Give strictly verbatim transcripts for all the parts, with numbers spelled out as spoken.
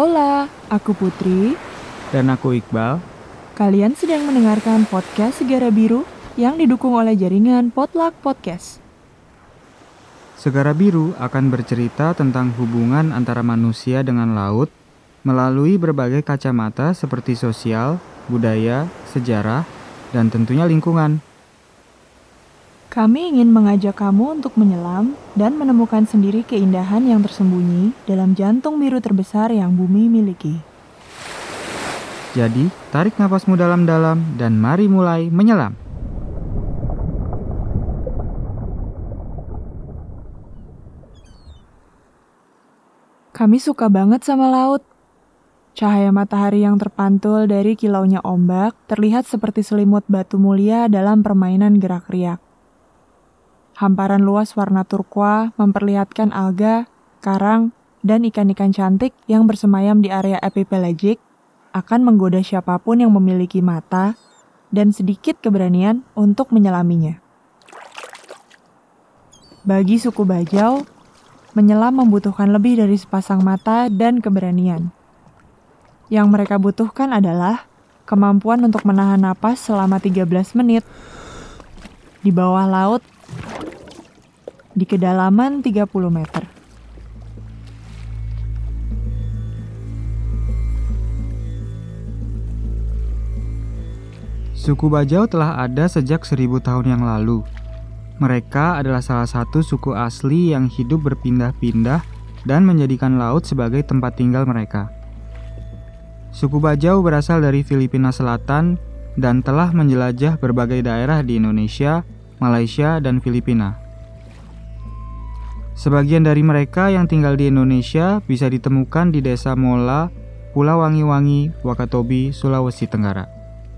Hola, aku Putri. Dan aku Iqbal. Kalian sedang mendengarkan podcast Segara Biru yang didukung oleh jaringan Potluck Podcast. Segara Biru akan bercerita tentang hubungan antara manusia dengan laut melalui berbagai kacamata seperti sosial, budaya, sejarah, dan tentunya lingkungan. Kami ingin mengajak kamu untuk menyelam dan menemukan sendiri keindahan yang tersembunyi dalam jantung biru terbesar yang bumi miliki. Jadi, tarik nafasmu dalam-dalam dan mari mulai menyelam. Kami suka banget sama laut. Cahaya matahari yang terpantul dari kilaunya ombak terlihat seperti selimut batu mulia dalam permainan gerak-riak. Hamparan luas warna turkua memperlihatkan alga, karang, dan ikan-ikan cantik yang bersemayam di area epipelagik akan menggoda siapapun yang memiliki mata dan sedikit keberanian untuk menyelaminya. Bagi suku Bajau, menyelam membutuhkan lebih dari sepasang mata dan keberanian. Yang mereka butuhkan adalah kemampuan untuk menahan napas selama tiga belas menit di bawah laut di kedalaman tiga puluh meter. Suku Bajau telah ada sejak seribu tahun yang lalu. Mereka adalah salah satu suku asli yang hidup berpindah-pindah dan menjadikan laut sebagai tempat tinggal mereka. Suku Bajau berasal dari Filipina Selatan dan telah menjelajah berbagai daerah di Indonesia, Malaysia, dan Filipina. Sebagian dari mereka yang tinggal di Indonesia bisa ditemukan di Desa Mola, Pulau Wangi-Wangi, Wakatobi, Sulawesi Tenggara.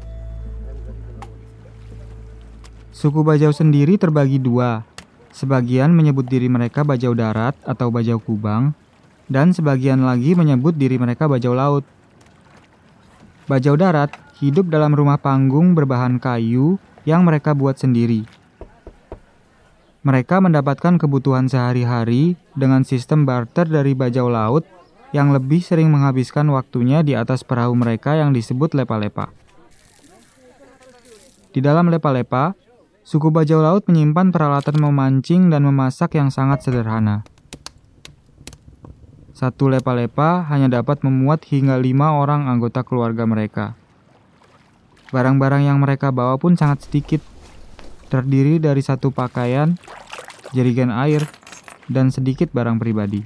Suku Bajau sendiri terbagi dua. Sebagian menyebut diri mereka Bajau Darat atau Bajau Kubang, dan sebagian lagi menyebut diri mereka Bajau Laut. Bajau Darat hidup dalam rumah panggung berbahan kayu yang mereka buat sendiri. Mereka mendapatkan kebutuhan sehari-hari dengan sistem barter dari Bajau Laut yang lebih sering menghabiskan waktunya di atas perahu mereka yang disebut lepa-lepa. Di dalam lepa-lepa, suku Bajau Laut menyimpan peralatan memancing dan memasak yang sangat sederhana. Satu lepa-lepa hanya dapat memuat hingga lima orang anggota keluarga mereka. Barang-barang yang mereka bawa pun sangat sedikit, terdiri dari satu pakaian, jerigen air, dan sedikit barang pribadi.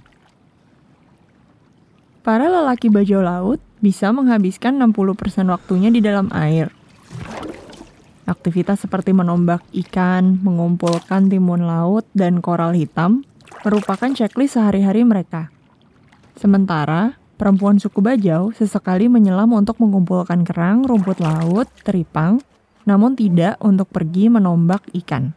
Para lelaki Bajau Laut bisa menghabiskan enam puluh persen waktunya di dalam air. Aktivitas seperti menombak ikan, mengumpulkan timun laut, dan koral hitam merupakan checklist sehari-hari mereka. Sementara, perempuan suku Bajau sesekali menyelam untuk mengumpulkan kerang, rumput laut, teripang, namun tidak untuk pergi menombak ikan.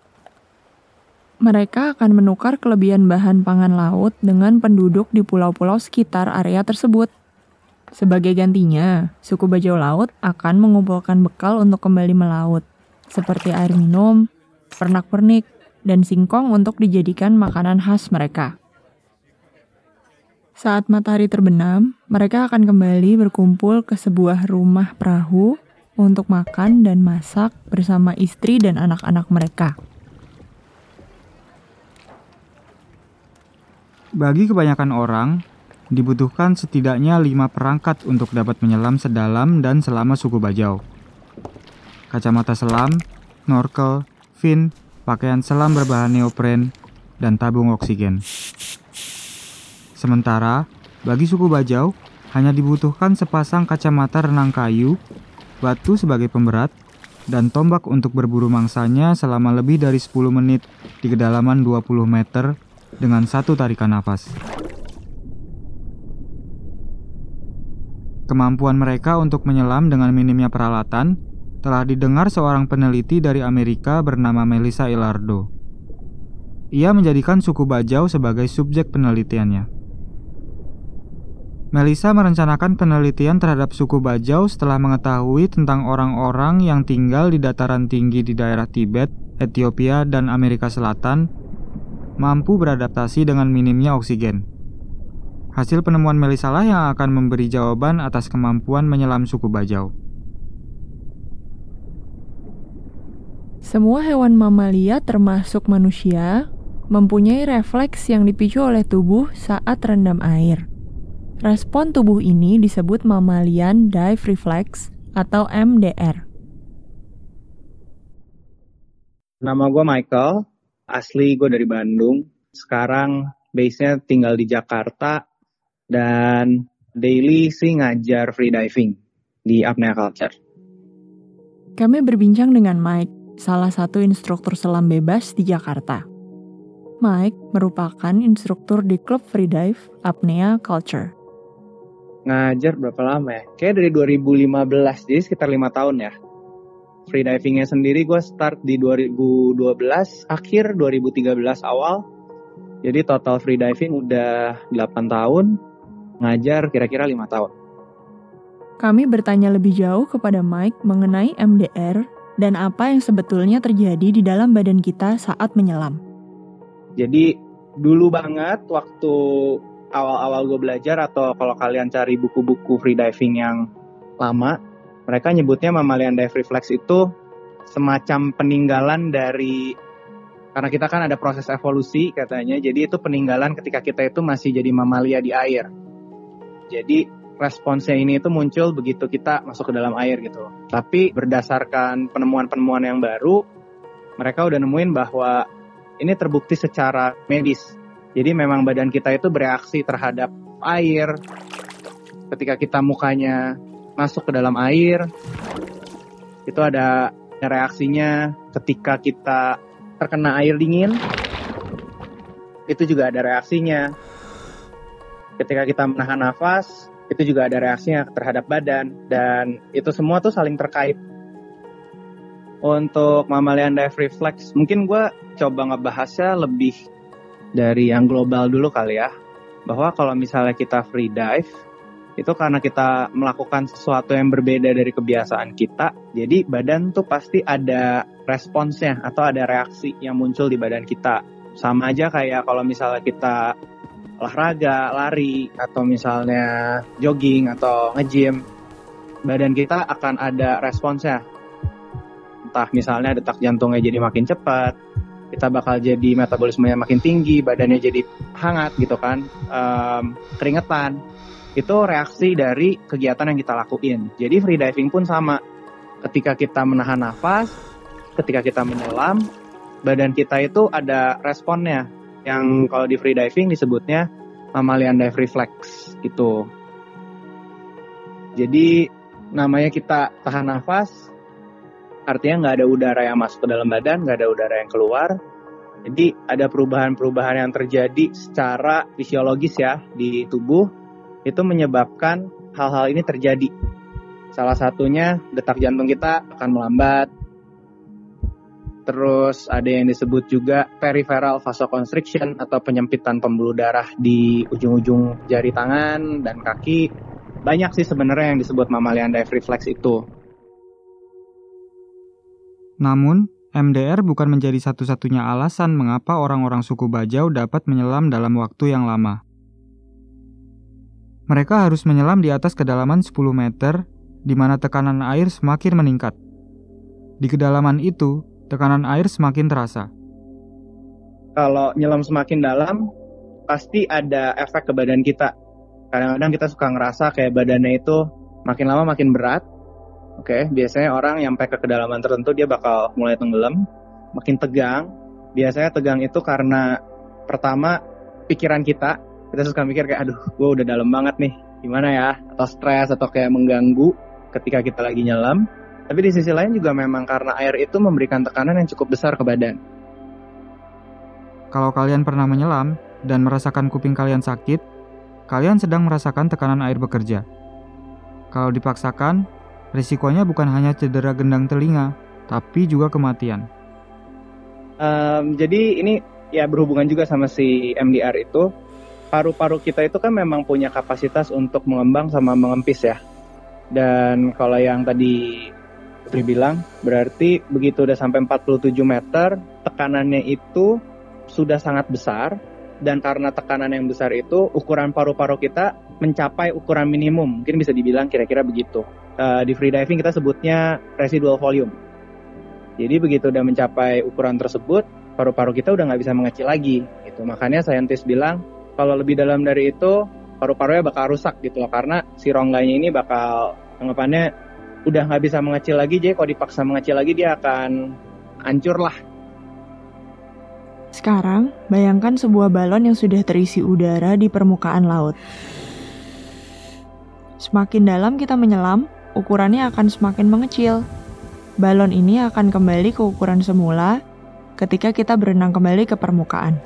Mereka akan menukar kelebihan bahan pangan laut dengan penduduk di pulau-pulau sekitar area tersebut. Sebagai gantinya, suku Bajau Laut akan mengumpulkan bekal untuk kembali melaut, seperti air minum, pernak-pernik, dan singkong untuk dijadikan makanan khas mereka. Saat matahari terbenam, mereka akan kembali berkumpul ke sebuah rumah perahu untuk makan dan masak bersama istri dan anak-anak mereka. Bagi kebanyakan orang, dibutuhkan setidaknya lima perangkat untuk dapat menyelam sedalam dan selama suku Bajau. Kacamata selam, snorkel, fin, pakaian selam berbahan neopren, dan tabung oksigen. Sementara, bagi suku Bajau, hanya dibutuhkan sepasang kacamata renang kayu, batu sebagai pemberat, dan tombak untuk berburu mangsanya selama lebih dari sepuluh menit di kedalaman dua puluh meter dengan satu tarikan nafas. Kemampuan mereka untuk menyelam dengan minimnya peralatan telah didengar seorang peneliti dari Amerika bernama Melissa Ilardo. Ia menjadikan suku Bajau sebagai subjek penelitiannya. Melissa merencanakan penelitian terhadap suku Bajau setelah mengetahui tentang orang-orang yang tinggal di dataran tinggi di daerah Tibet, Ethiopia, dan Amerika Selatan mampu beradaptasi dengan minimnya oksigen. Hasil penemuan Melissa lah yang akan memberi jawaban atas kemampuan menyelam suku bajau. Semua hewan mamalia termasuk manusia mempunyai refleks yang dipicu oleh tubuh saat terendam air. Respon tubuh ini disebut mammalian dive reflex atau M D R. Nama gue Michael, asli gue dari Bandung. Sekarang base-nya tinggal di Jakarta dan daily sih ngajar freediving di Apnea Culture. Kami berbincang dengan Mike, salah satu instruktur selam bebas di Jakarta. Mike merupakan instruktur di klub freedive Apnea Culture. Ngajar berapa lama ya? Kayaknya dari dua ribu lima belas, jadi sekitar lima tahun ya. Freedivingnya sendiri gue start di dua ribu dua belas, akhir dua ribu tiga belas awal. Jadi total freediving udah delapan tahun, ngajar kira-kira lima tahun. Kami bertanya lebih jauh kepada Mike mengenai M D R dan apa yang sebetulnya terjadi di dalam badan kita saat menyelam. Jadi dulu banget waktu awal-awal gue belajar atau kalau kalian cari buku-buku freediving yang lama, mereka nyebutnya mammalian dive reflex itu semacam peninggalan dari, karena kita kan ada proses evolusi katanya, jadi itu peninggalan ketika kita itu masih jadi mamalia di air. Jadi responsnya ini itu muncul begitu kita masuk ke dalam air gitu. Tapi berdasarkan penemuan-penemuan yang baru, mereka udah nemuin bahwa ini terbukti secara medis. Jadi memang badan kita itu bereaksi terhadap air. Ketika kita mukanya masuk ke dalam air, itu ada reaksinya. Ketika kita terkena air dingin, itu juga ada reaksinya. Ketika kita menahan nafas, itu juga ada reaksinya terhadap badan. Dan itu semua tuh saling terkait. Untuk mammalian dive reflex, mungkin gue coba ngebahasnya lebih dari yang global dulu kali ya. Bahwa kalau misalnya kita free dive, itu karena kita melakukan sesuatu yang berbeda dari kebiasaan kita, jadi badan tuh pasti ada responsnya atau ada reaksi yang muncul di badan kita. Sama aja kayak kalau misalnya kita olahraga, lari, atau misalnya jogging atau nge-gym, badan kita akan ada responsnya. Entah misalnya detak jantungnya jadi makin cepat, kita bakal jadi metabolismenya makin tinggi, badannya jadi hangat gitu kan, um, keringetan. Itu reaksi dari kegiatan yang kita lakuin. Jadi freediving pun sama. Ketika kita menahan nafas, ketika kita menyelam, badan kita itu ada responnya. Yang kalau di freediving disebutnya mammalian dive reflex gitu. Jadi namanya kita tahan nafas, artinya nggak ada udara yang masuk ke dalam badan, nggak ada udara yang keluar. Jadi ada perubahan-perubahan yang terjadi secara fisiologis ya di tubuh, itu menyebabkan hal-hal ini terjadi. Salah satunya detak jantung kita akan melambat. Terus ada yang disebut juga peripheral vasoconstriction atau penyempitan pembuluh darah di ujung-ujung jari tangan dan kaki. Banyak sih sebenarnya yang disebut mammalian dive reflex itu. Namun, M D R bukan menjadi satu-satunya alasan mengapa orang-orang suku bajau dapat menyelam dalam waktu yang lama. Mereka harus menyelam di atas kedalaman sepuluh meter, di mana tekanan air semakin meningkat. Di kedalaman itu, tekanan air semakin terasa. Kalau nyelam semakin dalam, pasti ada efek ke badan kita. Kadang-kadang kita suka ngerasa kayak badannya itu makin lama makin berat. Oke, biasanya orang yang sampai ke kedalaman tertentu dia bakal mulai tenggelam, makin tegang. Biasanya tegang itu karena pertama pikiran kita, kita suka mikir kayak aduh, gue udah dalam banget nih, gimana ya? Atau stres atau kayak mengganggu ketika kita lagi nyelam. Tapi di sisi lain juga memang karena air itu memberikan tekanan yang cukup besar ke badan. Kalau kalian pernah menyelam dan merasakan kuping kalian sakit, kalian sedang merasakan tekanan air bekerja. Kalau dipaksakan, risikonya bukan hanya cedera gendang telinga, tapi juga kematian. Um, jadi ini ya berhubungan juga sama si M D R itu. Paru-paru kita itu kan memang punya kapasitas untuk mengembang sama mengempis ya. Dan kalau yang tadi Putri bilang, berarti begitu udah sampai empat puluh tujuh meter, tekanannya itu sudah sangat besar dan karena tekanan yang besar itu, ukuran paru-paru kita mencapai ukuran minimum. Mungkin bisa dibilang kira-kira begitu. Uh, di freediving kita sebutnya residual volume. Jadi begitu udah mencapai ukuran tersebut, paru-paru kita udah nggak bisa mengecil lagi. Gitu. Makanya saintis bilang, kalau lebih dalam dari itu, paru-parunya bakal rusak gitu loh. Karena si rongganya ini bakal, anggapannya udah nggak bisa mengecil lagi, jadi kalau dipaksa mengecil lagi dia akan hancur lah. Sekarang, bayangkan sebuah balon yang sudah terisi udara di permukaan laut. Semakin dalam kita menyelam, ukurannya akan semakin mengecil. Balon ini akan kembali ke ukuran semula ketika kita berenang kembali ke permukaan.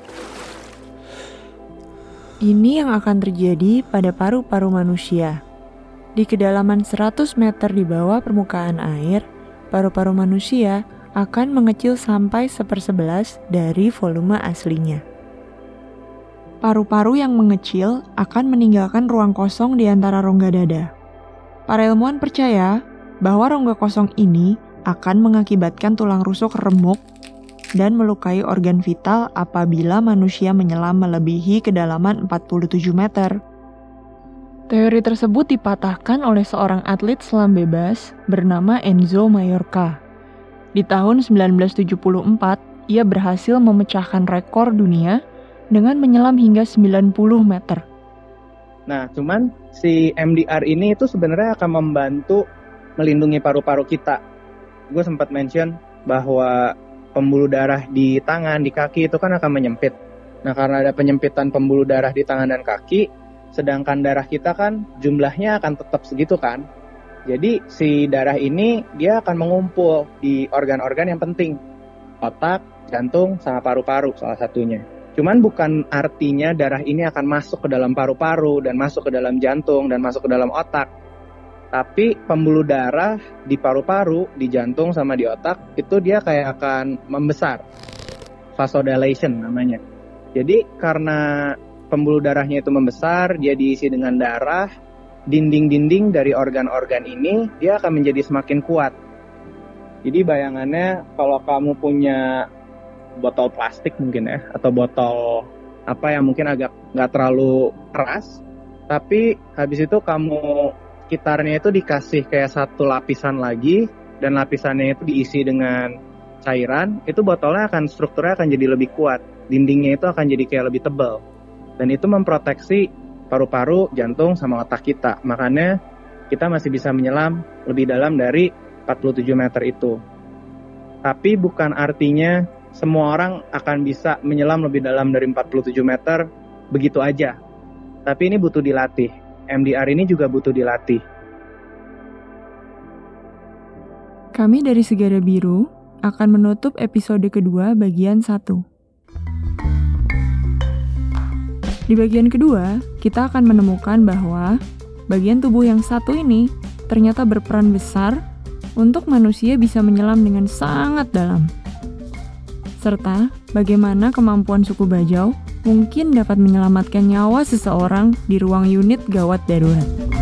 Ini yang akan terjadi pada paru-paru manusia. Di kedalaman seratus meter di bawah permukaan air, paru-paru manusia akan mengecil sampai sepersebelas dari volume aslinya. Paru-paru yang mengecil akan meninggalkan ruang kosong di antara rongga dada. Para ilmuwan percaya bahwa rongga kosong ini akan mengakibatkan tulang rusuk remuk dan melukai organ vital apabila manusia menyelam melebihi kedalaman empat puluh tujuh meter. Teori tersebut dipatahkan oleh seorang atlet selam bebas bernama Enzo Maiorca. Di tahun sembilan belas tujuh puluh empat, ia berhasil memecahkan rekor dunia dengan menyelam hingga sembilan puluh meter. Nah, cuman si M D R ini itu sebenarnya akan membantu melindungi paru-paru kita. Gue sempat mention bahwa pembuluh darah di tangan, di kaki itu kan akan menyempit. Nah, karena ada penyempitan pembuluh darah di tangan dan kaki, sedangkan darah kita kan jumlahnya akan tetap segitu kan. Jadi si darah ini dia akan mengumpul di organ-organ yang penting. Otak, jantung, sama paru-paru salah satunya. Cuman bukan artinya darah ini akan masuk ke dalam paru-paru dan masuk ke dalam jantung dan masuk ke dalam otak. Tapi pembuluh darah di paru-paru, di jantung sama di otak itu dia kayak akan membesar. Vasodilation namanya. Jadi karena pembuluh darahnya itu membesar, dia diisi dengan darah, dinding-dinding dari organ-organ ini dia akan menjadi semakin kuat. Jadi bayangannya kalau kamu punya botol plastik mungkin ya, atau botol apa yang mungkin agak nggak terlalu keras, tapi habis itu kamu sekitarnya itu dikasih kayak satu lapisan lagi, dan lapisannya itu diisi dengan cairan, itu botolnya akan strukturnya akan jadi lebih kuat, dindingnya itu akan jadi kayak lebih tebal, dan itu memproteksi paru-paru, jantung, sama otak kita. Makanya kita masih bisa menyelam lebih dalam dari empat puluh tujuh meter itu. Tapi bukan artinya semua orang akan bisa menyelam lebih dalam dari empat puluh tujuh meter begitu aja. Tapi ini butuh dilatih. M D R ini juga butuh dilatih. Kami dari Segara Biru akan menutup episode kedua bagian satu. Di bagian kedua, kita akan menemukan bahwa bagian tubuh yang satu ini ternyata berperan besar untuk manusia bisa menyelam dengan sangat dalam. Serta bagaimana kemampuan suku Bajau mungkin dapat menyelamatkan nyawa seseorang di ruang unit gawat darurat.